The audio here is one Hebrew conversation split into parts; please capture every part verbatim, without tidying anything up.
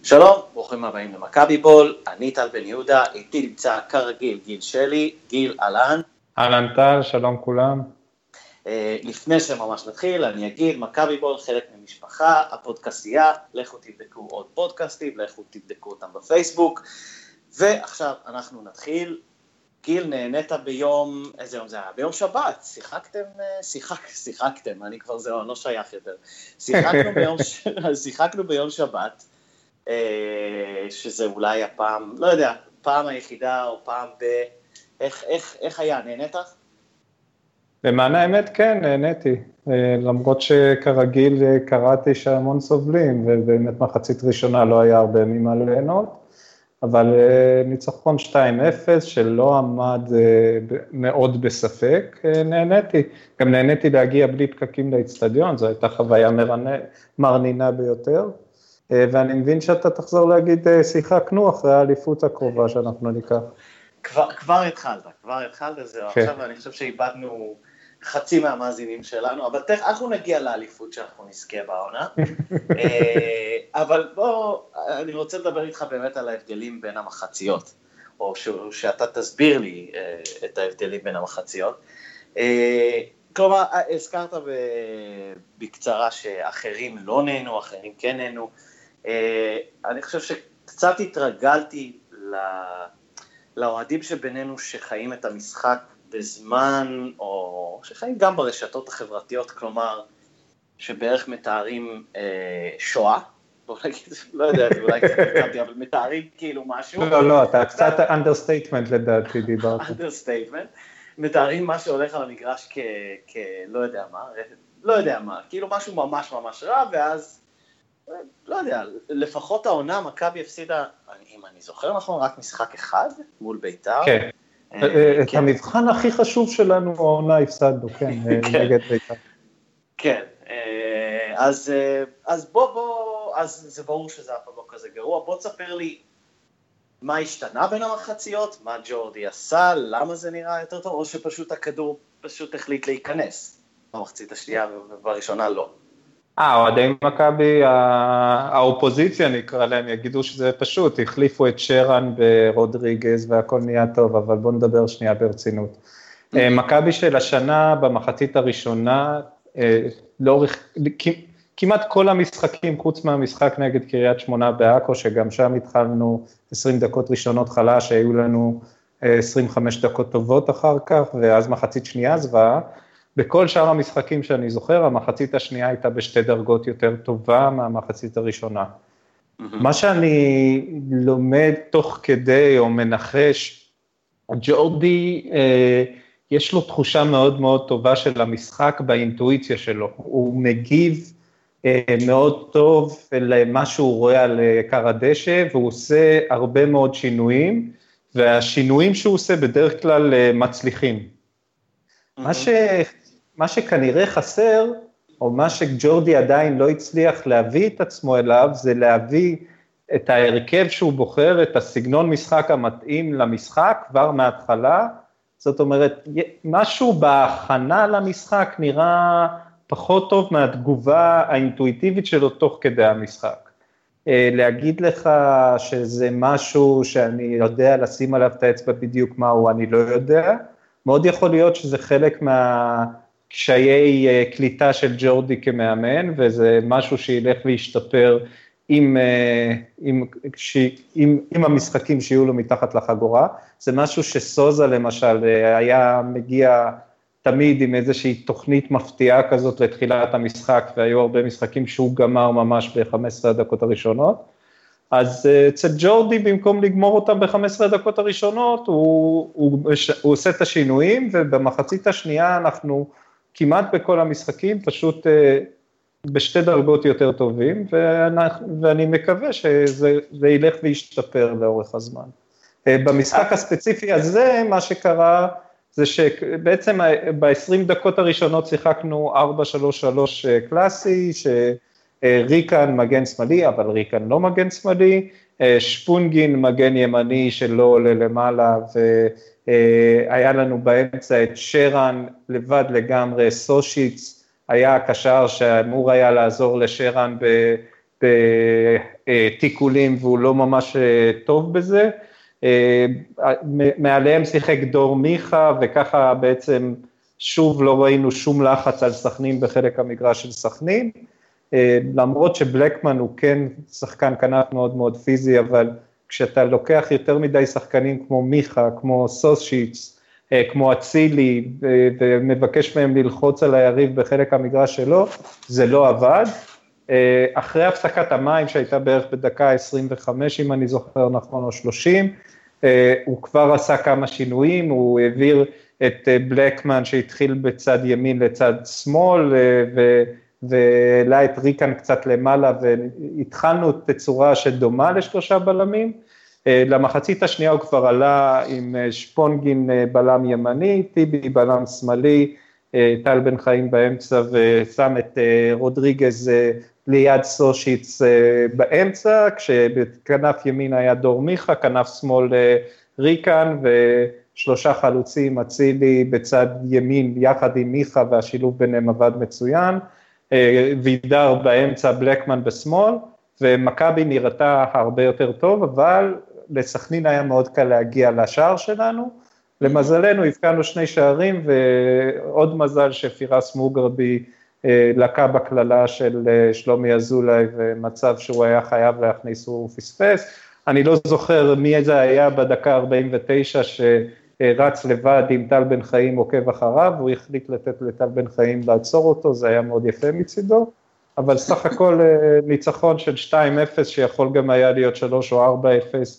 שלום, ברוכים הבאים למכבי בול, אני טל בן יהודה, איתי נמצא כרגיל גיל שלי, גיל אלן. אהלן טל, שלום כולם. לפני שממש נתחיל, אני אגיד, מכבי בול חלק ממשפחה, הפודקאסטייה, לכו תבדקו עוד פודקאסטים, לכו תבדקו אותם בפייסבוק, ועכשיו אנחנו נתחיל. גיל, נהנית ביום, איזה יום זה היה? ביום שבת, שיחקתם, שיחק, שיחקתם, אני כבר זהו, אני לא שייך יותר. שיחקנו ביום, שיחקנו ביום שבת, שזה אולי הפעם, לא יודע, פעם היחידה או פעם ב... איך, איך, איך היה, נהנית? למען האמת כן, נהניתי, למרות שכרגיל קראתי שהמון סובלים, ובאמת מחצית ראשונה לא היה הרבה ממה ליהנות, אבל ניצחון שתיים אפס שלא עמד מאוד בספק, נהניתי. גם נהניתי להגיע בלי פקקים לאצטדיון, זו הייתה חוויה מרנינה ביותר, ואני מבין שאתה תחזור להגיד, שיחקנו אחרי האליפות הקרובה שאנחנו ניקח. כבר, כבר התחלת, כבר התחלת, זהו, כן. עכשיו אני חושב שאיבדנו חצי מהמאזינים שלנו, אבל תכף אנחנו נגיע לאליפות שאנחנו נזכה בעונה, אבל בוא, אני רוצה לדבר איתך באמת על ההבדלים בין המחציות, או ש, שאתה תסביר לי את ההבדלים בין המחציות. כלומר, הזכרת בקצרה שאחרים לא נהנו, אחרים כן נהנו, אני חושב שקצת התרגלתי לאוהדים שבינינו שחיים את המשחק בזמן, או שחיים גם ברשתות החברתיות, כלומר, שבערך מתארים אה, שואה, בוא נגיד, לא יודע, אולי קצת קצתי, אבל מתארים כאילו משהו. לא, לא, אתה קצת understatement לדעתי דיברת. understatement, מתארים מה שהולך על המגרש כ, כ, לא יודע מה, לא יודע מה, כאילו משהו ממש ממש רע, ואז, לא יודע, לפחות העונה, מכבי הפסידה, אם אני זוכר נכון, רק משחק אחד מול בית"ר. כן. את המבחן הכי חשוב שלנו, העונה הפסדנו, כן, נגד בית"ר. כן, אז בוא, בוא, אז זה ברור שזה אף לא כזה גרוע, בוא תספר לי מה השתנה בין המחציות, מה ג'ורדי עשה, למה זה נראה יותר טוב, או שפשוט הכדור פשוט החליט להיכנס במחצית השנייה ובראשונה לא. אה, אוהדי מכבי, האופוזיציה נקרא להם, יגידו שזה פשוט, החליפו את שרן ברודריגז והכל נהיה טוב, אבל בואו נדבר שנייה ברצינות. מכבי של השנה במחצית הראשונה, לאורך, כמעט כל המשחקים, חוץ מהמשחק נגד קריית שמונה בעכו, שגם שם התחלנו עשרים דקות ראשונות חלש, שהיו לנו עשרים וחמש דקות טובות אחר כך, ואז מחצית שנייה זוועה, בכל שאר המשחקים שאני זוכר, המחצית השנייה הייתה בשתי דרגות יותר טובה מהמחצית הראשונה. Mm-hmm. מה שאני לומד תוך כדי או מנחש, ג'ורדי, אה, יש לו תחושה מאוד מאוד טובה של המשחק באינטואיציה שלו. הוא מגיב אה, מאוד טוב למה שהוא רואה על קר הדשא, והוא עושה הרבה מאוד שינויים, והשינויים שהוא עושה בדרך כלל אה, מצליחים. Mm-hmm. מה ש... מה שכנראה חסר, או מה שג'ורדי עדיין לא הצליח להביא את עצמו אליו, זה להביא את ההרכב שהוא בוחר, את הסגנון משחק המתאים למשחק, כבר מההתחלה, זאת אומרת, משהו בהכנה למשחק נראה פחות טוב מהתגובה האינטואיטיבית שלו תוך כדי המשחק. להגיד לך שזה משהו שאני יודע לשים עליו את האצבע בדיוק מהו, אני לא יודע, מאוד יכול להיות שזה חלק מה... קשיי קליטה של ג'ורדי כמאמן, וזה משהו שילך וישתפר עם, עם, עם, עם המשחקים שיהיו לו מתחת לחגורה. זה משהו שסוזה למשל היה מגיע תמיד עם איזושהי תוכנית מפתיעה כזאת לתחילת המשחק, והיו הרבה משחקים שהוא גמר ממש ב-חמש עשרה הדקות הראשונות. אז אצל ג'ורדי במקום לגמור אותם ב-חמש עשרה הדקות הראשונות, הוא, הוא, הוא עושה את השינויים, ובמחצית השנייה אנחנו כמעט בכל המשחקים, פשוט בשתי דרגות יותר טובים, ואני, ואני מקווה שזה ילך וישתפר לאורך הזמן. במשחק הספציפי הזה, מה שקרה, זה שבעצם ב-עשרים דקות הראשונות שיחקנו ארבע שלוש שלוש קלאסי, שריקן מגן שמאלי, אבל ריקן לא מגן שמאלי, שפונגין מגן ימני שלא עולה למעלה, והיה לנו באמצע את שרן לבד לגמרי, סושיץ היה הקשר שאמור היה לעזור לשרן בתיקולים והוא לא ממש טוב בזה, מעליהם שיחק דור מיכה וככה בעצם שוב לא ראינו שום לחץ על סכנין בחלק המגרש של סכנין, למרות שבלקמן הוא כן שחקן כנף מאוד מאוד פיזי, אבל כשאתה לוקח יותר מדי שחקנים כמו מיכה, כמו סושיץ, כמו אצילי, ומבקש מהם ללחוץ על היריב בחלק המגרש שלו, זה לא עבד. אחרי הפסקת המים שהייתה בערך בדקה עשרים וחמש, אם אני זוכר נכון, או שלושים, הוא כבר עשה כמה שינויים, הוא העביר את בלקמן שהתחיל בצד ימין לצד שמאל, והעלה את ריקן קצת למעלה, והתחלנו תצורה שדומה לשלושה בלמים, למחצית השנייה הוא כבר עלה עם שפונגין בלם ימני, טיבי בלם שמאלי, טל בן חיים באמצע, ושם את רודריגז ליד סושיץ באמצע, כשבכנף ימין היה דור מיכה, כנף שמאל ריקן, ושלושה חלוצים, אצילי בצד ימין יחד עם מיכה, והשילוב ביניהם עבד מצוין, וידר באמצע, בלקמן בשמאל, ומכבי נראתה הרבה יותר טוב, אבל לסכנין היה מאוד קל להגיע לשער שלנו, למזלנו הבקענו שני שערים, ועוד מזל שפירס מוגרבי לקה בכללה של שלומי אזולאי, ומצב שהוא היה חייב להכניס, הוא פספס. אני לא זוכר מי זה היה בדקה ארבעים ותשע, שרץ לבד עם טל בן חיים עוקב אחריו, הוא החליט לתת לטל בן חיים לעצור אותו, זה היה מאוד יפה מצידו, אבל סך הכל ניצחון של שתיים אפס, שיכול גם היה להיות שלוש או ארבע אפס,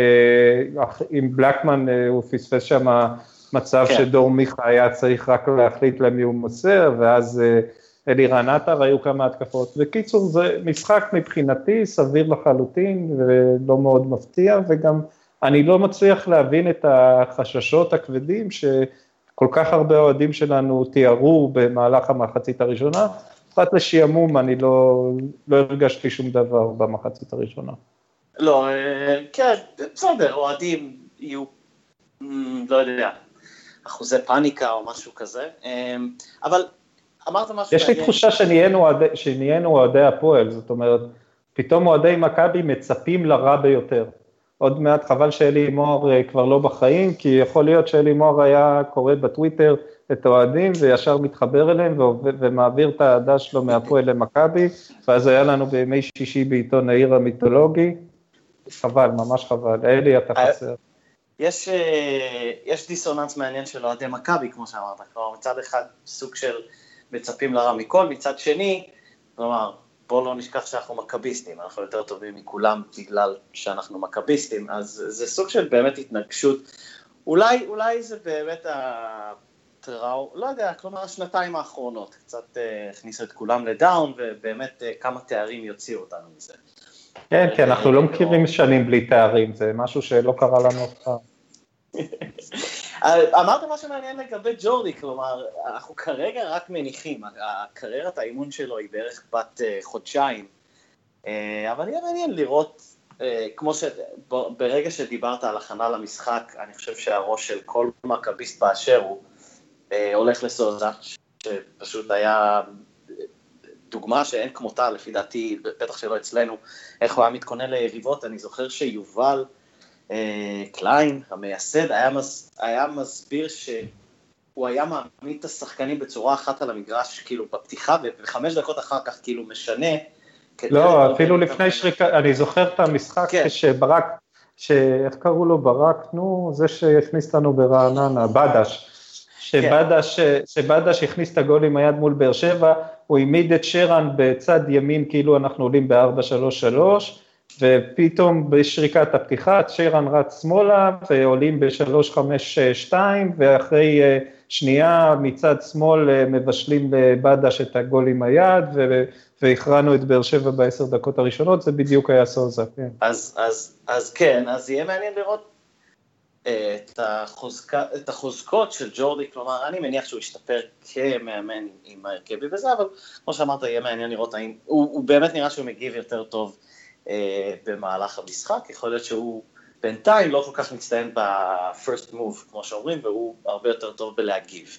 עם בלקמן הוא פספס שם מצב כן. שדור מיכה היה צריך רק להחליט למי הוא מוסר, ואז אלירן עטר היו כמה התקפות, וקיצור זה משחק מבחינתי סביר לחלוטין, ולא מאוד מפתיע, וגם אני לא מצליח להבין את החששות הכבדים, שכל כך הרבה אוהדים שלנו תיארו במהלך המחצית הראשונה, פרט לשיעמום אני לא, לא הרגשתי שום דבר במחצית הראשונה. לא, כן, בסדר, אוהדים יהיו, לא יודע, אחוזי פאניקה או משהו כזה, אבל אמרת משהו... יש לי תחושה שנהיינו אוהדי הפועל, זאת אומרת, פתאום אוהדי מכבי מצפים לרע ביותר. עוד מעט חבל שאלי מוהר כבר לא בחיים, כי יכול להיות שאלי מוהר היה קורא בטוויטר את האוהדים, וישר מתחבר אליהם, ומעביר את העדה שלו מהפועל למכבי, ואז היה לנו בימי שישי בעיתון העיר המיתולוגי, חבל, ממש חבל, אלי אתה חסר. יש, יש דיסוננס מעניין של אוהדי מכבי, כמו שאמרת, כלומר, מצד אחד סוג של מצפים לרע מכל, מצד שני, כלומר, בואו לא נשכח שאנחנו מכביסטים, אנחנו יותר טובים מכולם בגלל שאנחנו מכביסטים, אז זה סוג של באמת התנגשות, אולי, אולי זה באמת הטראו, לא יודע, כלומר, השנתיים האחרונות, קצת הכניסו את כולם לדאון, ובאמת כמה תארים יוציאו אותנו מזה. כן, כי אנחנו לא מכירים שנים בלי תארים, זה משהו שלא קרה לנו אותך. אמרת משהו מעניין לגבי ג'ורדי, כלומר, אנחנו כרגע רק מניחים, הקריירת האימון שלו היא בערך בת חודשיים, אבל יהיה מעניין לראות, כמו שברגע שדיברת על הכנה למשחק, אני חושב שהראש של כל מכביסט באשר הוא הולך לסוזה, שפשוט היה דוגמה שאין כמותה, לפי דעתי, בטח שלא אצלנו, איך הוא היה מתכונן ליריבות, אני זוכר שיובל אה, קליין, המייסד, היה, מס, היה מסביר שהוא היה מעמיד את השחקנים בצורה אחת על המגרש, כאילו בפתיחה, וחמש דקות אחר כך כאילו משנה. לא, אפילו לפני שריקה, אני זוכר את המשחק כן. שברק, שאיך קראו לו ברק, נו, זה שהכניס לנו ברעננה, בדש. שבדש, שבדש הכניס את הגול עם היד מול באר שבע, הוא העמיד את שרן בצד ימין, כאילו אנחנו עולים ב-ארבע שלוש שלוש, ופתאום בשריקת הפתיחה, שרן רץ שמאלה, ועולים ב-שלוש חמש שתיים, ואחרי שנייה מצד שמאל מבשלים לבדש את הגול עם היד, והכרענו את באר שבע בעשר דקות הראשונות, זה בדיוק היה סוזה, כן. אז, אז, אז כן, אז יהיה מעניין לראות, את, החוזקה, את החוזקות של ג'ורדי, כלומר, אני מניח שהוא ישתפר כמאמן עם ההרכבי וזה, אבל כמו שאמרת, יהיה מעניין לראות האם, הוא, הוא באמת נראה שהוא מגיב יותר טוב אה, במהלך המשחק, יכול להיות שהוא בינתיים לא כל כך מצטיין ב-first move, כמו שאומרים, והוא הרבה יותר טוב בלהגיב.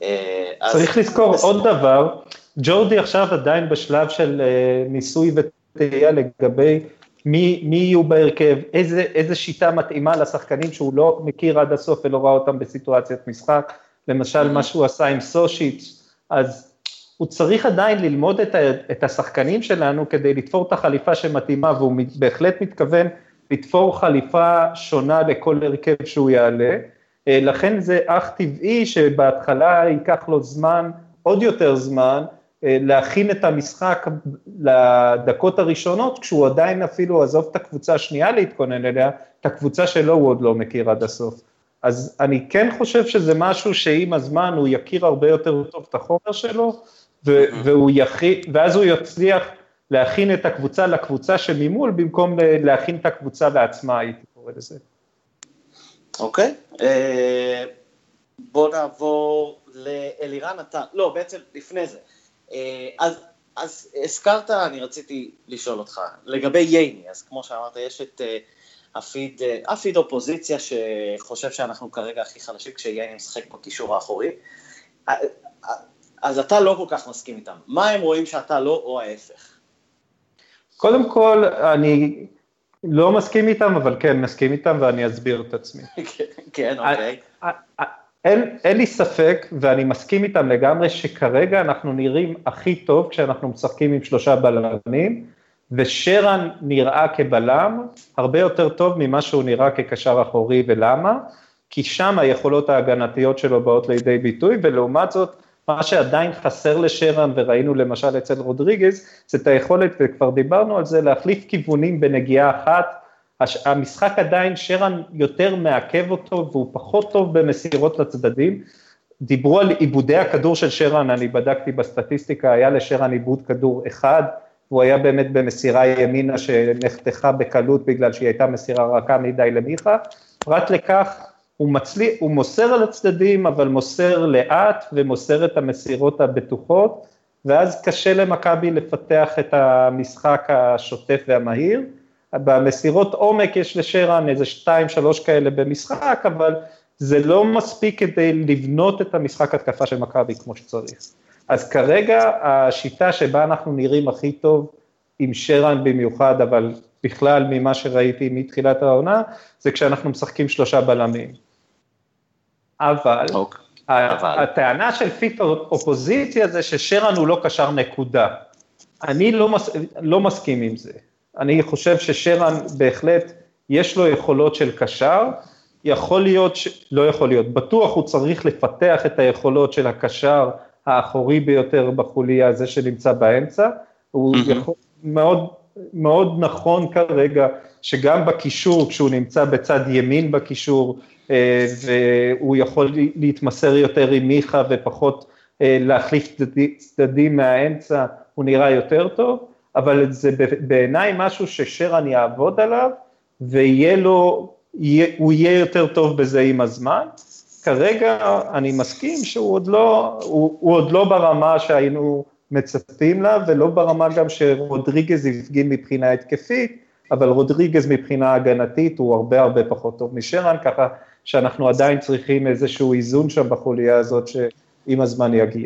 צריך לזכור עוד דבר, ג'ורדי עכשיו עדיין בשלב של ניסוי תהיה לגבי מי, מי יהיו בהרכב, איזה, איזה שיטה מתאימה לשחקנים שהוא לא מכיר עד הסוף ולא ראה אותם בסיטואציית משחק, למשל מה שהוא עשה עם סושיץ', אז הוא צריך עדיין ללמוד את, ה, את השחקנים שלנו כדי לתפור את החליפה שמתאימה, והוא בהחלט מתכוון לתפור חליפה שונה לכל הרכב שהוא יעלה, לכן זה אך טבעי שבהתחלה ייקח לו זמן, עוד יותר זמן, להכין את המשחק לדקות הראשונות, כשהוא עדיין אפילו עזוב את הקבוצה השנייה להתכונן אליה, את הקבוצה שלו הוא עוד לא מכיר עד הסוף. אז אני כן חושב שזה משהו שעם הזמן הוא יכיר הרבה יותר טוב את החומר שלו, והוא יכיר, ואז הוא יצליח להכין את הקבוצה לקבוצה שממול, במקום להכין את הקבוצה לעצמה, הייתי קורא לזה. אוקיי, בוא נעבור לאלירן אתה, לא, בעצם לפני זה. אז, אז הזכרת, אני רציתי לשאול אותך, לגבי ייני, אז כמו שאמרת, יש את הפיד, הפיד אופוזיציה שחושב שאנחנו כרגע הכי חלשים כשייני משחק בקישור האחורי, אז אתה לא כל כך מסכים איתם. מה הם רואים שאתה לא או ההפך? קודם כל, אני לא מסכים איתם, אבל כן מסכים איתם ואני אסביר את עצמי. כן, אוקיי. אין, אין לי ספק, ואני מסכים איתם לגמרי, שכרגע אנחנו נראים הכי טוב, כשאנחנו משחקים עם שלושה בלמים, ושרן נראה כבלם, הרבה יותר טוב ממה שהוא נראה כקשר אחורי, ולמה? כי שם היכולות ההגנתיות שלו באות לידי ביטוי, ולעומת זאת, מה שעדיין חסר לשרן, וראינו למשל אצל רודריגז, זה את היכולת, וכבר דיברנו על זה, להחליף כיוונים בנגיעה אחת, המשחק עדיין שרן יותר מעכב אותו, והוא פחות טוב במסירות לצדדים, דיברו על עיבודי הכדור של שרן, אני בדקתי בסטטיסטיקה, היה לשרן עיבוד כדור אחד, הוא היה באמת במסירה ימינה שנחתכה בקלות, בגלל שהיא הייתה מסירה רכה מדי למיכה, פרט לכך, הוא, מצליח, הוא מוסר על הצדדים, אבל מוסר לאט, ומוסר את המסירות הבטוחות, ואז קשה למכבי לפתח את המשחק השוטף והמהיר, במסירות עומק יש לשרן איזה שתיים, שלוש כאלה במשחק, אבל זה לא מספיק כדי לבנות את המשחק התקפה של מכבי כמו שצריך. אז כרגע השיטה שבה אנחנו נראים הכי טוב עם שרן במיוחד, אבל בכלל ממה שראיתי מתחילת העונה, זה כשאנחנו משחקים שלושה בלמים. אבל, okay. הטענה של פיט אופוזיציה זה ששרן הוא לא קשר נקודה. אני לא, מס, לא מסכים עם זה. אני חושב ששרן בהחלט יש לו יכולות של קשר, יכול להיות, ש... לא יכול להיות, בטוח הוא צריך לפתח את היכולות של הקשר האחורי ביותר בחוליה הזה שנמצא באמצע, הוא mm-hmm. יכול, מאוד, מאוד נכון כרגע שגם בקישור, כשהוא נמצא בצד ימין בקישור, והוא יכול להתמסר יותר עם מיכה ופחות להחליף צדדים מהאמצע, הוא נראה יותר טוב, אבל זה בעיניי משהו ששרן יעבוד עליו, ויהיה לו, הוא יהיה יותר טוב בזה עם הזמן. כרגע אני מסכים שהוא עוד לא, הוא, הוא עוד לא ברמה שהיינו מצפים לה, ולא ברמה גם שרודריגז יפגין מבחינה התקפית, אבל רודריגז מבחינה הגנתית הוא הרבה הרבה פחות טוב משרן, ככה שאנחנו עדיין צריכים איזשהו איזון שם בחוליה הזאת שעם הזמן יגיע.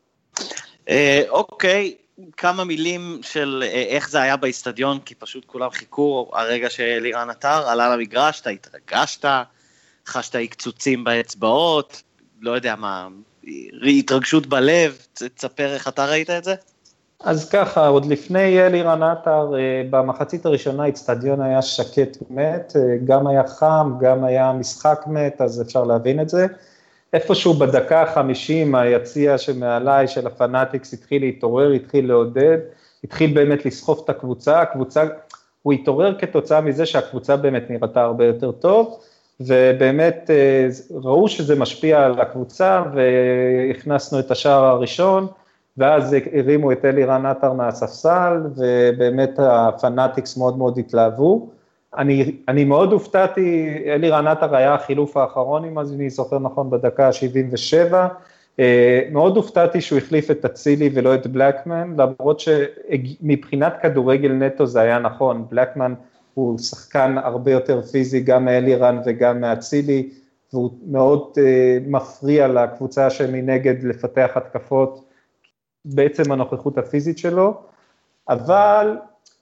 אוקיי, כמה מילים של איך זה היה באצטדיון, כי פשוט כולם חיכו, הרגע שאלירן עטר עלה למגרש, אתה התרגשת, חשת הקצוצים באצבעות, לא יודע מה, התרגשות בלב, תספר איך אתה ראית את זה? אז ככה, עוד לפני אלירן עטר, במחצית הראשונה האצטדיון היה שקט מת, גם היה חם, גם היה משחק מת, אז אפשר להבין את זה. איפשהו בדקה החמישים, היציע שמעליי של הפנאטיקס התחיל להתעורר, התחיל לעודד, התחיל באמת לסחוף את הקבוצה, הקבוצה, הוא התעורר כתוצאה מזה שהקבוצה באמת נראתה הרבה יותר טוב, ובאמת ראו שזה משפיע על הקבוצה, והכנסנו את השער הראשון, ואז הרימו את אלירן עטר מהספסל, ובאמת הפנאטיקס מאוד מאוד התלהבו. אני, אני מאוד הופתעתי, אלירן עטר היה החילוף האחרון, אם אני זוכר נכון, בדקה ה-שבעים ושבע, מאוד הופתעתי שהוא החליף את אצילי ולא את בלקמן, למרות שמבחינת כדורגל נטו זה היה נכון, בלקמן הוא שחקן הרבה יותר פיזי, גם מאלירן וגם מאצילי, והוא מאוד מפריע לקבוצה שמנגד לפתח התקפות, בעצם הנוכחות הפיזית שלו, אבל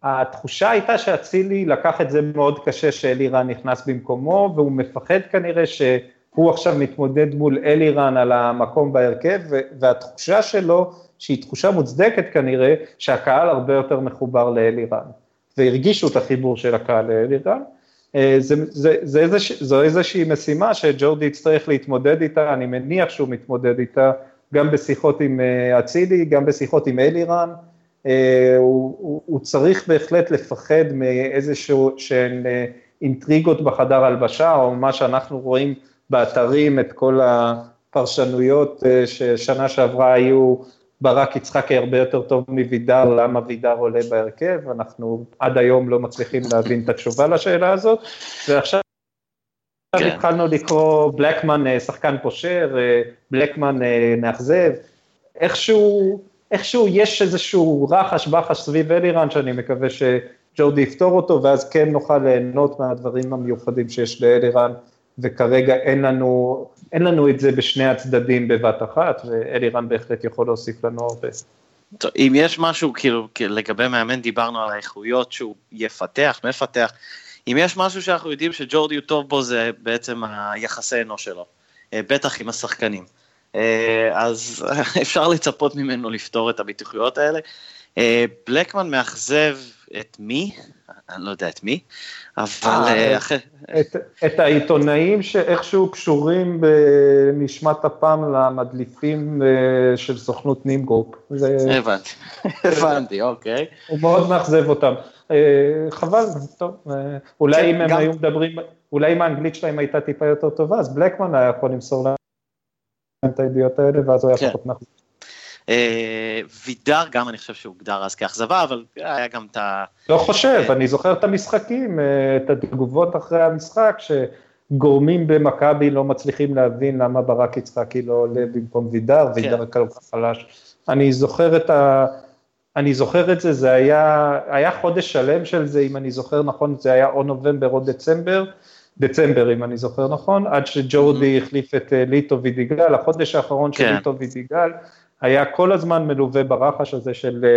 התחושה הייתה שאצילי לקח את זה מאוד קשה שאלירן נכנס במקומו, והוא מפחד כנראה שהוא עכשיו מתמודד מול אלירן על המקום בהרכב, והתחושה שלו, שהיא תחושה מוצדקת כנראה, שהקהל הרבה יותר מחובר לאלירן, והרגישו את החיבור של הקהל לאלירן, זה, זה, זה איזוש, זו איזושהי משימה שג'ורדי יצטרך להתמודד איתה, אני מניח שהוא מתמודד איתה, גם בשיחות עם אצילי, גם בשיחות עם אלירן, הוא, הוא, הוא צריך בהחלט לפחד מאיזשהו שהן אינטריגות בחדר הלבשה, או מה שאנחנו רואים באתרים, את כל הפרשנויות ששנה שעברה היו, ברק יצחקי הרבה יותר טוב מוידר, למה וידר עולה בהרכב, אנחנו עד היום לא מצליחים להבין את התשובה לשאלה הזאת, ועכשיו כן. התחלנו לקרוא בלקמן שחקן פושר, בלקמן נאכזב, איכשהו, איכשהו יש איזשהו רחש בחש סביב אלירן, שאני מקווה שג'ורדי יפתור אותו, ואז כן נוכל ליהנות מהדברים המיוחדים שיש לאלירן, וכרגע אין לנו, אין לנו את זה בשני הצדדים בבת אחת, ואלירן בהחלט יכול להוסיף לנו הרבה. טוב, אם יש משהו, כאילו, לגבי מאמן דיברנו על האיכויות שהוא יפתח, מפתח, אם יש משהו שאנחנו יודעים שג'ורדי הוא טוב בו, זה בעצם היחסי אנוש שלו, בטח עם השחקנים. אז אפשר לצפות ממנו לפתור את הביטוחיות האלה. בלקמן מאכזב את מי? אני לא יודע את מי, אבל... את העיתונאים שאיכשהו קשורים בנשמת הפעם למדליפים של סוכנות נימגרופ. הבנתי, הבנתי, אוקיי. הוא מאוד מאכזב אותם. חבל, טוב, אולי אם הם היו מדברים, אולי אם האנגלית שלהם הייתה טיפה יותר טובה, אז בלקמן היה יכול למסור להם את הידיעות האלה, ואז הוא היה פחות מאכזב. וידר גם אני חושב שהוא הוגדר אז כאכזבה, אבל היה גם את ה... לא חושב, אני זוכר את המשחקים, את התגובות אחרי המשחק, שגורמים במכבי לא מצליחים להבין למה ברק יצחקי לא עולה במקום וידר, וידר כל כך חלש. אני זוכר את ה... אני זוכר את זה, זה היה, היה חודש שלם של זה, אם אני זוכר נכון, זה היה או נובמבר או דצמבר, דצמבר אם אני זוכר נכון, עד שג'ורדי החליף את ליטו וידיגל, החודש האחרון של ליטו וידיגל, היה כל הזמן מלווה ברחש הזה של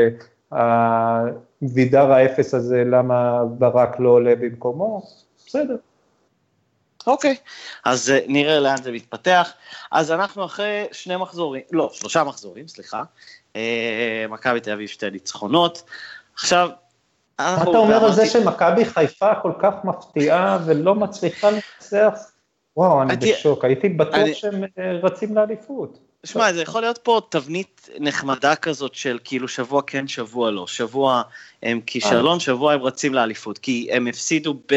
הוידר האפס הזה, למה ברק לא עולה במקומו, בסדר. אוקיי, אז נראה לאן זה מתפתח, אז אנחנו אחרי שני מחזורים, לא, שלושה מחזורים, סליחה, מכבי תל אביב שתי ניצחונות, עכשיו, מה אתה אומר על זה שמכבי חיפה כל כך מפתיעה ולא מצליחה לנצח? וואו, אני בשוק, הייתי בטוח שהם רצים לאליפות. שמע, זה יכול להיות פה תבנית נחמדה כזאת של כאילו שבוע כן, שבוע לא, שבוע הם כישלון, שבוע הם רצים לאליפות, כי הם הפסידו ב...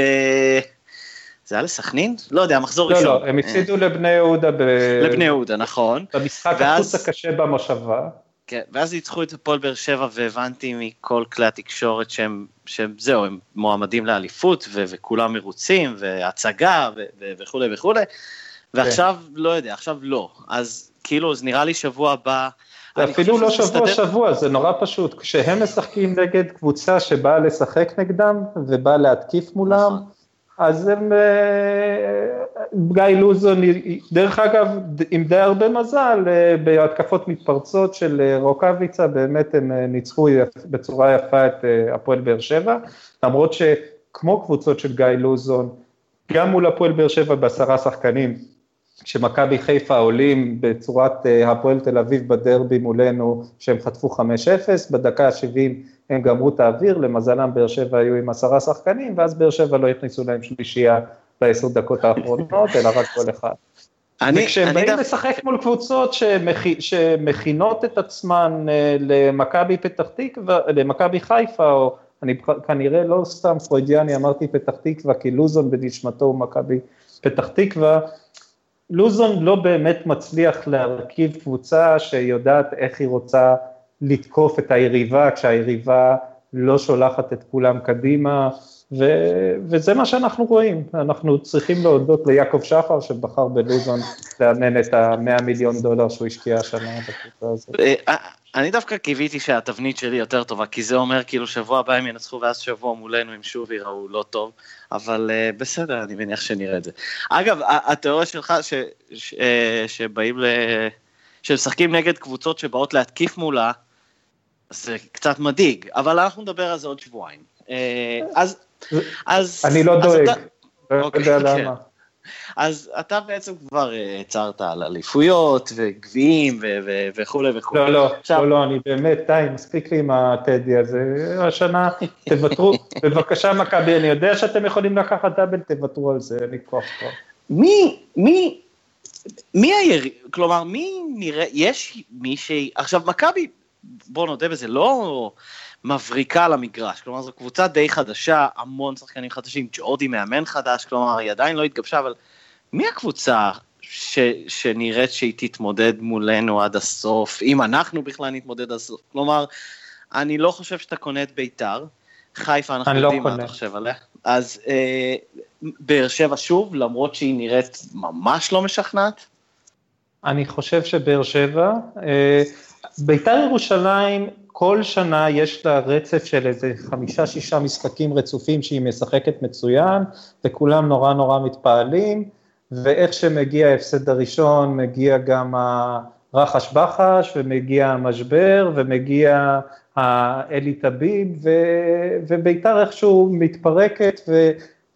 זה היה לסכנין? לא יודע, מחזור ראשון. לא, לא, הם הפסידו לבני יהודה ב... לבני יהודה, נכון. במשחק החוץ הקשה במושבה. כן, ואז ייצחו את הפועל באר שבע, והבנתי מכל כלי התקשורת שהם, שהם זהו, הם מועמדים לאליפות, ו- וכולם מרוצים, והצגה, ו- ו- וכו' וכו', ועכשיו לא יודע, עכשיו לא, אז כאילו, זה נראה לי שבוע הבא, זה אפילו לא שבוע שבוע, זה נורא פשוט, כשהם משחקים נגד קבוצה שבאה לשחק נגדם, ובאה להתקיף מולם, אז הם, גיא לוזון, דרך אגב, עם די הרבה מזל, בהתקפות מתפרצות של רוקאביצה, באמת הם ניצחו בצורה יפה את הפועל באר שבע, למרות שכמו קבוצות של גיא לוזון, גם מול הפועל באר שבע בעשרה שחקנים, כשמכבי חיפה עולים בצורת הפועל תל אביב בדרבי מולנו, שהם חטפו חמש אפס, בדקה ה-שבעים הם גמרו את האוויר, למזלם באר שבע היו עם עשרה שחקנים, ואז באר שבע לא הכניסו להם שלישייה בעשר דקות האחרונות, אלא רק כל אחד. אני, וכשהם אני באים דף... לשחק מול קבוצות שמכ... שמכינות את עצמן למכבי פתח תקווה, למכבי חיפה, או אני כנראה לא סתם פרוידיאני, אמרתי פתח תקווה, כי לוזון בנשמתו הוא מכבי פתח תקווה, לוזון לא באמת מצליח להרכיב קבוצה שיודעת איך היא רוצה לתקוף את היריבה, כשהיריבה לא שולחת את כולם קדימה, ו- וזה מה שאנחנו רואים. אנחנו צריכים להודות ליעקב שחר, שבחר בלוזון לאמן את ה-מאה מיליון דולר שהוא השקיע השנה בקבוצה הזאת. אני דווקא קיוויתי שהתבנית שלי יותר טובה, כי זה אומר כאילו שבוע הבא הם ינצחו, ואז שבוע מולנו הם שוב יראו לא טוב, אבל uh, בסדר, אני מניח שנראה את זה. אגב, התיאוריה שלך ש, ש, שבאים ל... שמשחקים נגד קבוצות שבאות להתקיף מולה, זה קצת מדאיג, אבל אנחנו נדבר על זה עוד שבועיים. Uh, אז... אז... אני לא דואג, לא יודע למה. אז אתה בעצם כבר הצרת על אליפויות וגביעים וכו' וכו'. לא, לא, לא, לא, אני באמת, די, מספיק לי עם הטדי הזה, השנה, תוותרו, בבקשה מכבי, אני יודע שאתם יכולים לקחת דאבל, תוותרו על זה, אני כוח כבר. מי, מי, מי הירי, כלומר, מי נראה, יש מישהי, עכשיו מכבי, בוא נודה בזה, לא מבריקה על המגרש, כלומר, זו קבוצה די חדשה, המון שחקנים חדשים, ג'ורדי מאמן חדש, כלומר, היא עדיין לא התגבשה, אבל מי הקבוצה ש, שנראית שהיא תתמודד מולנו עד הסוף, אם אנחנו בכלל נתמודד עד הסוף, כלומר, אני לא חושב שאתה קונה את ביתר, חיפה אנחנו יודעים מה אתה חושב עליה, אז אה, באר שבע שוב, למרות שהיא נראית ממש לא משכנעת? אני חושב שבאר שבע, אה, ביתר ירושלים, כל שנה יש לה רצף של איזה חמישה, שישה משחקים רצופים שהיא משחקת מצוין, וכולם נורא נורא מתפעלים, ואיך שמגיע ההפסד הראשון, מגיע גם הרחש בחש, ומגיע המשבר, ומגיע האלי טביב, וביתר איכשהו מתפרקת, ו...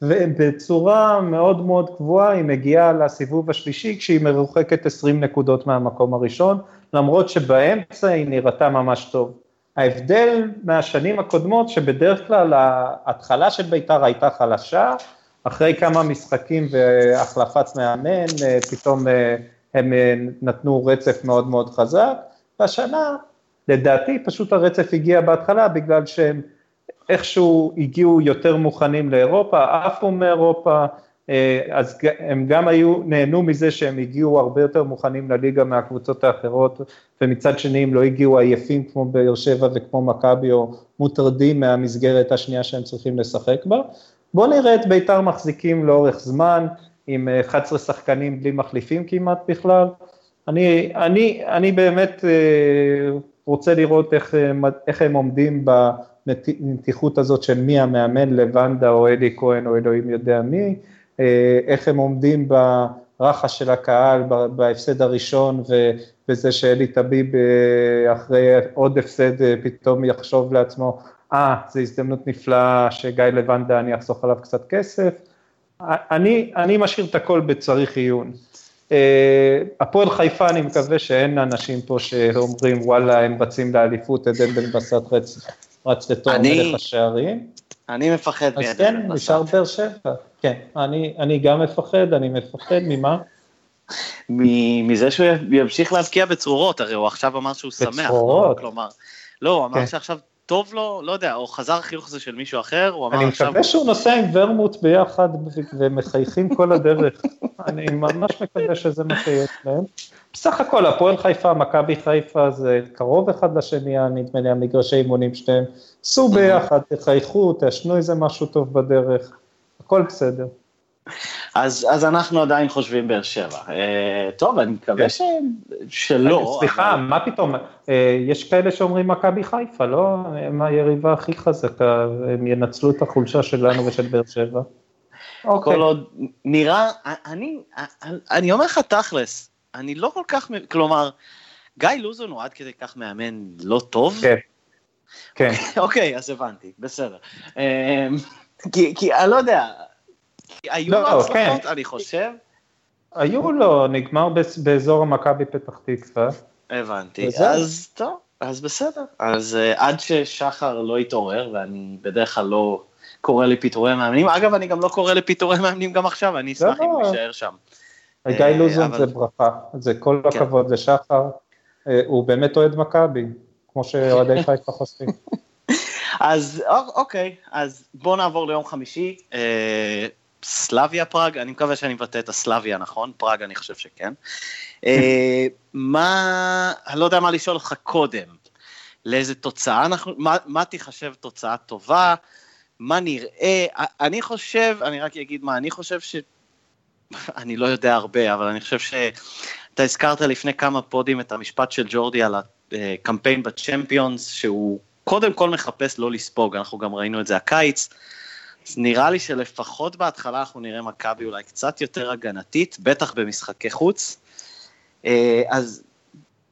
ובצורה מאוד מאוד קבועה היא מגיעה לסיבוב השלישי, כשהיא מרוחקת עשרים נקודות מהמקום הראשון, למרות שבאמצע היא נראתה ממש טוב. ההבדל מהשנים הקודמות, שבדרך כלל ההתחלה של ביתר הייתה חלשה, אחרי כמה משחקים והחלפת מאמן, פתאום הם נתנו רצף מאוד מאוד חזק, והשנה, לדעתי, פשוט הרצף הגיע בהתחלה, בגלל שהם איכשהו הגיעו יותר מוכנים לאירופה, עפו מאירופה, אז הם גם היו, נהנו מזה שהם הגיעו הרבה יותר מוכנים לליגה מהקבוצות האחרות, ומצד שני הם לא הגיעו עייפים כמו באר שבע וכמו מכבי, או מוטרדים מהמסגרת השנייה שהם צריכים לשחק בה. בואו נראה את ביתר מחזיקים לאורך זמן, עם אחד עשר שחקנים בלי מחליפים כמעט בכלל. אני, אני, אני באמת רוצה לראות איך, איך הם עומדים בנתיחות הזאת של מי המאמן, לבנדה או אלי כהן או אלוהים יודע מי, איך הם עומדים ברחש של הקהל, בהפסד הראשון, וזה שאלי טביב אחרי עוד הפסד פתאום יחשוב לעצמו, אה, זו הזדמנות נפלאה שגיא לבנדה אני אחסוך עליו קצת כסף, אני, אני משאיר את הכל בצריך עיון. הפועל חיפה, אני מקווה שאין אנשים פה שאומרים, וואלה, הם רצים לאליפות, עדן בן בסט רץ, רץ לתואר מלך השערים. אני מפחד מעדן בן בסט. אז כן, נשאר באר שבע. כן, אני, אני גם מפחד, אני מפחד ממה? מזה שהוא ימשיך להבקיע בצרורות, הרי הוא עכשיו אמר שהוא שמח. בצרורות? כלומר, לא, הוא אמר שעכשיו טוב לו, לא יודע, או חזר החיוך הזה של מישהו אחר, הוא אמר אני עכשיו... מקווה שהוא נוסע עם ורמוט ביחד, ומחייכים כל הדרך. אני ממש מקווה שזה מה שיש להם. בסך הכל, הפועל חיפה, מכבי חיפה, זה קרוב אחד לשני, נדמה לי, המגרשי אימונים שלהם, סעו ביחד, תחייכו, תשנו איזה משהו טוב בדרך, הכל בסדר. אז, אז אנחנו עדיין חושבים באר שבע. אה, טוב, אני מקווה ש... שלא. סליחה, אבל... מה פתאום? אה, יש כאלה שאומרים מכבי חיפה, לא? הם היריבה הכי חזקה, הם ינצלו את החולשה שלנו ושל באר שבע. אוקיי. כל עוד נראה, אני, אני אומר לך תכלס, אני לא כל כך, כלומר, גיא לוזון הוא עד כדי כך מאמן לא טוב? כן. כן. אוקיי, אז הבנתי, בסדר. אה, כי, כי אני לא יודע... היו לו הצלחות, אני חושב. היו לו, נגמר באזור המכבי פתח תקווה. הבנתי, אז טוב, אז בסדר. אז עד ששחר לא יתעורר, ואני בדרך כלל לא קורא לפיטורי מאמנים, אגב, אני גם לא קורא לפיטורי מאמנים גם עכשיו, אני אשמח אם הוא יישאר שם. גיא לוזון זה ברכה, זה כל הכבוד לשחר, הוא באמת אוהד מכבי, כמו שאוהדי חיפה חושבים. אז אוקיי, אז בואו נעבור ליום חמישי, סלאביה פראג, אני מקווה שאני מבטא את הסלאביה, נכון? פראג אני חושב שכן. מה, אני לא יודע מה לשאול אותך קודם, לאיזה תוצאה, מה תחשב תוצאה טובה, מה נראה, אני חושב, אני רק אגיד מה, אני חושב ש, אני לא יודע הרבה, אבל אני חושב שאתה הזכרת לפני כמה פודים את המשפט של ג'ורדי על הקמפיין בצ'מפיונס, שהוא קודם כל מחפש לא לספוג, אנחנו גם ראינו את זה הקיץ, אז נראה לי שלפחות בהתחלה אנחנו נראה מכבי אולי קצת יותר הגנתית, בטח במשחקי חוץ, אז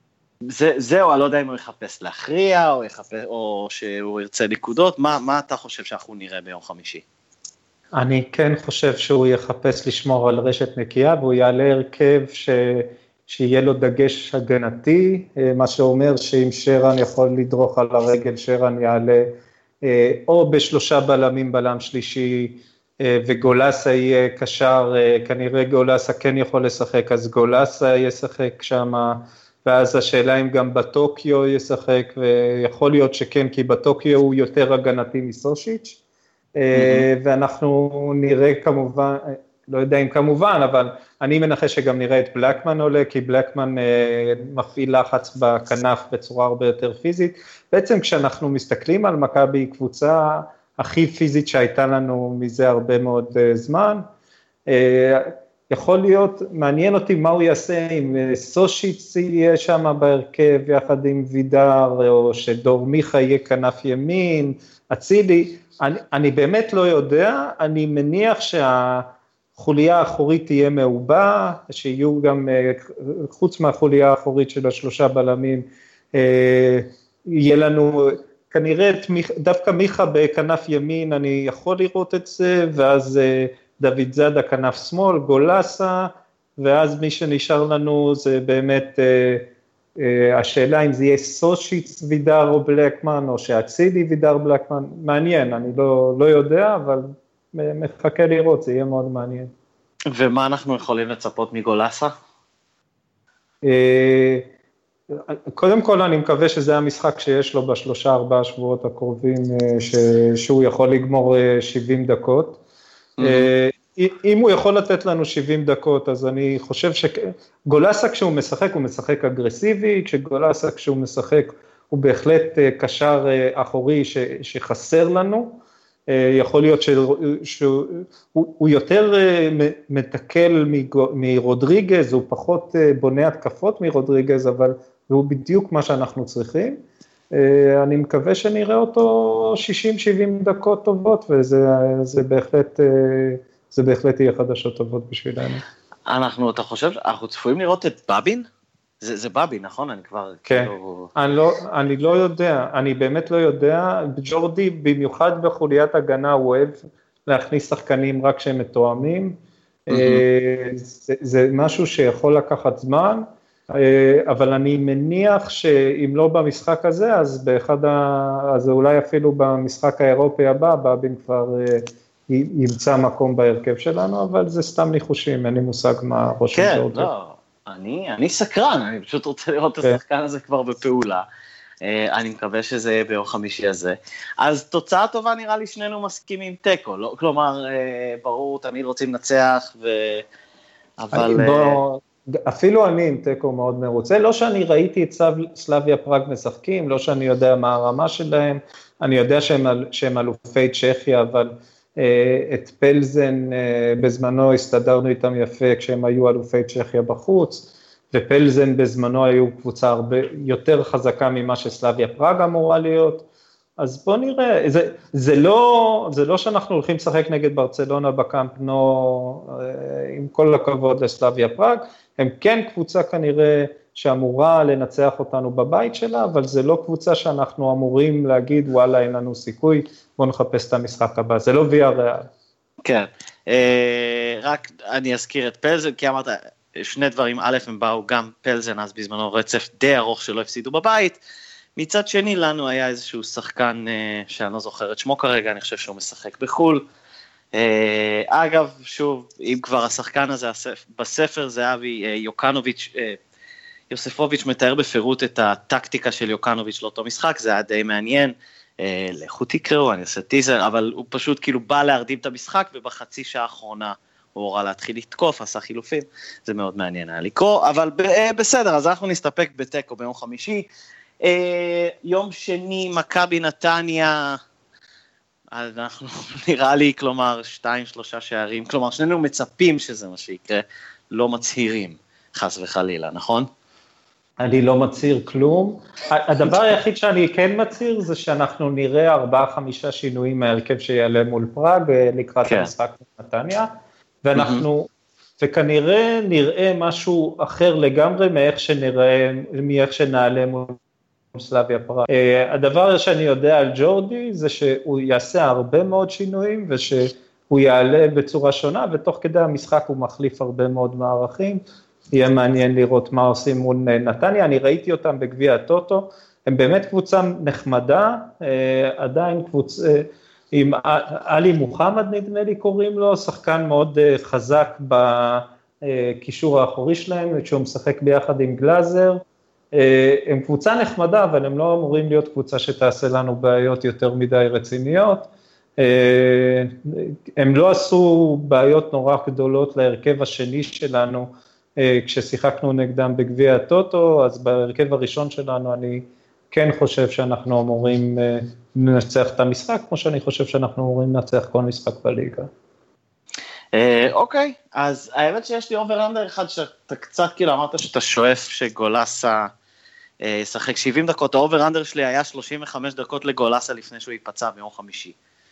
זה, זהו, אני לא יודע אם הוא יחפש להכריע, או, יחפש, או שהוא ירצה נקודות, מה, מה אתה חושב שאנחנו נראה ביום חמישי? אני כן חושב שהוא יחפש לשמור על רשת נקייה, והוא יעלה הרכב ש... שיהיה לו דגש הגנתי, מה שאומר שאם שרן יכול לדרוך על הרגל, שרן יעלה או בשלושה בלמים בלם שלישי, וגולסה יהיה קשר, כנראה גולסה כן יכול לשחק, אז גולסה ישחק שם, ואז השאלה אם גם בטוקיו ישחק, ויכול להיות שכן, כי בטוקיו הוא יותר הגנתי מסושיץ', mm-hmm. ואנחנו נראה כמובן, לא יודע אם כמובן, אבל אני מנחש שגם נראה את בלקמן עולה, כי בלקמן מפעיל לחץ בכנף בצורה הרבה יותר פיזית, בעצם כשאנחנו מסתכלים על מכבי קבוצה הכי פיזית שהייתה לנו מזה הרבה מאוד זמן, יכול להיות, מעניין אותי מה הוא יעשה, אם סושיץ יהיה שם בהרכב יחד עם וידר, או שדור מיכה יהיה כנף ימין, אצילי, אני, אני באמת לא יודע, אני מניח שהחוליה האחורית תהיה מעובה, שיהיו גם, חוץ מהחוליה האחורית של השלושה בלמים, יהיה לנו, כנראה דווקא מיכה בכנף ימין, אני יכול לראות את זה, ואז דוד זאדה כנף שמאל, גולסה, ואז מי שנשאר לנו זה באמת, השאלה אם זה יהיה סושיץ וידר או בלקמן, או שאצילי וידר בלקמן, מעניין, אני לא, לא יודע, אבל מחכה לראות, זה יהיה מאוד מעניין. ומה אנחנו יכולים לצפות מגולסה? קודם כל אני מקווה שזה המשחק שיש לו בשלושה ארבעה שבועות הקרובים, ש, שהוא יכול לגמור שבעים דקות, אם הוא יכול לתת לנו שבעים דקות, אז אני חושב שגולסה כשהוא משחק, הוא משחק אגרסיבי, כשגולסה כשהוא משחק, הוא בהחלט קשר אחורי ש, שחסר לנו, יכול להיות שהוא יותר מתקל מרודריגז, הוא פחות בונה התקפות מרודריגז, אבל הוא בדיוק מה שאנחנו צריכים, אני מקווה שנראה אותו שישים שבעים דקות טובות, וזה זה בהחלט, זה בהחלט יהיה חדשות טובות בשבילנו. אנחנו, אתה חושב, אנחנו צפויים לראות את בבין? זה, זה בבין, נכון? אני כבר... כן, כאילו... אני, לא, אני לא יודע, אני באמת לא יודע, ג'ורדי במיוחד בחוליית הגנה הוא אוהב להכניס שחקנים רק שהם מתואמים, mm-hmm. זה, זה משהו שיכול לקחת זמן, אבל אני מניח שאם לא במשחק הזה, אז באחד ה... אז אולי אפילו במשחק האירופי הבא, בבין כבר ימצא מקום בהרכב שלנו, אבל זה סתם ניחושים, אין לי מושג מה ראש כן, לא, אותו. אני, אני סקרן, אני פשוט רוצה לראות את השחקן הזה כבר בפעולה, אני מקווה שזה ביום חמישי הזה, אז תוצאה טובה נראה לי שנינו מסכימים טקו, לא, כלומר, ברור, תמיד רוצים לנצח, ו... אבל... בוא... אפילו אני עם טקו מאוד מרוצה, לא שאני ראיתי את סלאביה פראג משחקים, לא שאני יודע מה הרמה שלהם, אני יודע שהם, שהם אלופי צ'כיה, אבל אה, את פלזן אה, בזמנו הסתדרנו איתם יפה כשהם היו אלופי צ'כיה בחוץ, ופלזן בזמנו היו קבוצה הרבה יותר חזקה ממה שסלאביה פראג אמורה להיות, אז בוא נראה, זה, זה, לא, זה לא שאנחנו הולכים לשחק נגד ברצלונה בקאמפ נו, עם כל הכבוד לסלאביה פראג, הם כן קבוצה כנראה שאמורה לנצח אותנו בבית שלה, אבל זה לא קבוצה שאנחנו אמורים להגיד, וואלה, אין לנו סיכוי, בוא נחפש את המשחק הבא, זה לא ויה ריאל. כן, רק אני אזכיר את פלזן, כי אמרת, שני דברים, א' הם באו גם פלזן, אז בזמנו רצף די ארוך שלא הפסידו בבית, מצד שני לנו היה איזשהו שחקן שאני לא זוכר את שמו כרגע, אני חושב שהוא משחק בחול, אגב, שוב, אם כבר השחקן הזה בספר זהבי, יוקנוביץ', יוספוביץ' מתאר בפירוט את הטקטיקה של יוקנוביץ' לאותו משחק, זה היה די מעניין, לכו תקראו, אני עושה טיזר, אבל הוא פשוט כאילו בא להרדים את המשחק, ובחצי שעה האחרונה הוא הורה להתחיל לתקוף, עשה חילופים, זה מאוד מעניין היה לקרוא, אבל בסדר, אז אנחנו נסתפק בטקו ביום חמישי, יום שני, מכבי נתניה, אנחנו נראה לי, כלומר, שתיים, שלושה שערים, כלומר, שנינו מצפים שזה מה שיקרה, לא מצהירים, חס וחלילה, נכון? אני לא מצהיר כלום. הדבר היחיד שאני כן מצהיר, זה שאנחנו נראה ארבעה, חמישה שינויים מהרכב שיעלה מול פראג, לקראת המשחק נתניה, ואנחנו וכנראה נראה משהו אחר לגמרי מאיך שנראה, מאיך שנעלה מול סלאביה פראג. הדבר שאני יודע על ג'ורדי זה שהוא יעשה הרבה מאוד שינויים ושהוא יעלה בצורה שונה, ותוך כדי המשחק הוא מחליף הרבה מאוד מערכים, יהיה מעניין לראות מה עושים מול נתניה. אני ראיתי אותם בגביע הטוטו, הם באמת קבוצה נחמדה, עדיין קבוצה עם אלי מוחמד נדמה לי קוראים לו, שחקן מאוד חזק בקישור האחורי שלהם, כשהוא משחק ביחד עם גלאזר, הם קבוצה נחמדה, אבל הם לא אמורים להיות קבוצה שתעשה לנו בעיות יותר מדי רציניות, הם לא עשו בעיות נורא גדולות להרכב השני שלנו, כששיחקנו נגדם בגביע הטוטו, אז בהרכב הראשון שלנו אני כן חושב שאנחנו אמורים לנצח את המשחק, כמו שאני חושב שאנחנו אמורים לנצח כל משחק בליגה. אוקיי, אז האמת שיש לי אובר-אנדר אחד שאתה קצת כאילו אמרת שאתה שואף שגולסה ישחק שבעים דקות, האובר-אנדר שלי היה שלושים וחמש דקות לגולסה לפני שהוא ייפצע ביום חמישי.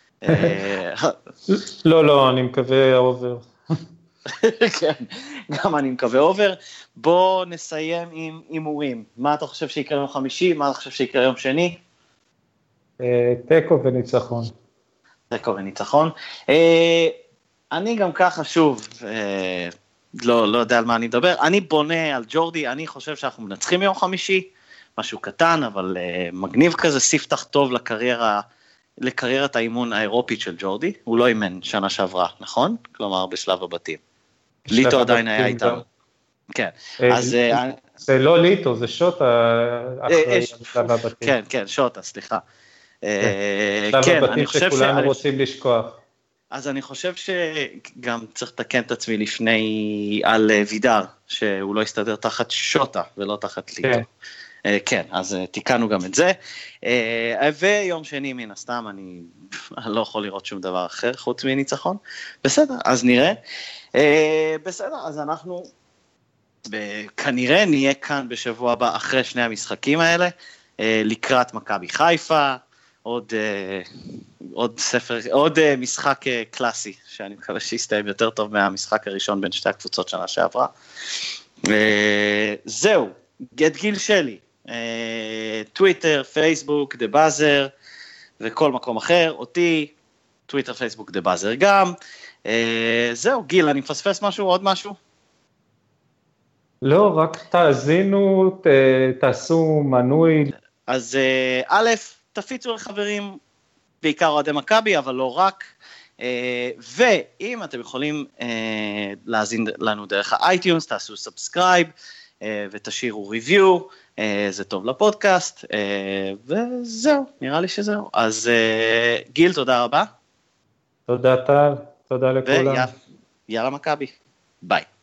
לא, לא, אני מקווה אובר. כן, גם אני מקווה אובר. בוא נסיים עם הימורים. מה אתה חושב שיקרה יום חמישי? מה אתה חושב שיקרה יום שני? טקו וניצחון. טקו וניצחון. אני גם ככה שוב, לא, לא יודע על מה אני מדבר, אני בונה על ג'ורדי, אני חושב שאנחנו מנצחים יום חמישי, משהו קטן, אבל מגניב כזה, ספתח טוב לקריירה, לקריירת האימון האירופית של ג'ורדי, הוא לא אימן שנה שעברה, נכון? כלומר, בשלב הבתים. ליטו עדיין היה איתנו. כן, אז... זה לא ליטו, זה שוטה אחרי בשלב הבתים. כן, כן, שוטה, סליחה. בשלב הבתים שכולנו רוצים לשכוח. אז אני חושב שגם צריך לתקן את עצמי לפני על וידר, שהוא לא יסתדר תחת שוטה ולא תחת ליטו. כן, אז תיקנו גם את זה, ויום שני מן הסתם אני לא יכול לראות שום דבר אחר חוץ מניצחון, בסדר, אז נראה, בסדר, אז אנחנו כנראה נהיה כאן בשבוע הבא אחרי שני המשחקים האלה, לקראת מכבי חיפה, עוד, עוד ספר, עוד משחק קלאסי, שאני מקווה שיסתיים יותר טוב מהמשחק הראשון בין שתי הקבוצות שנה שעברה, זהו, את גיל שלי, טוויטר, פייסבוק, דה באזר, וכל מקום אחר, אותי, טוויטר, פייסבוק, דה באזר גם, זהו, גיל, אני מפספס משהו, עוד משהו? לא, רק תאזינו, תעשו מנוי. אז א', תפיצו לחברים, בעיקר אוהדי מכבי, אבל לא רק, ואם אתם יכולים להאזין לנו דרך האייטיונס, תעשו סאבסקרייב, ותשאירו ריוויו, זה טוב לפודקאסט, וזהו, נראה לי שזהו. אז גיל, תודה רבה. תודה טל, תודה לכולם. ויאללה מכבי, ביי.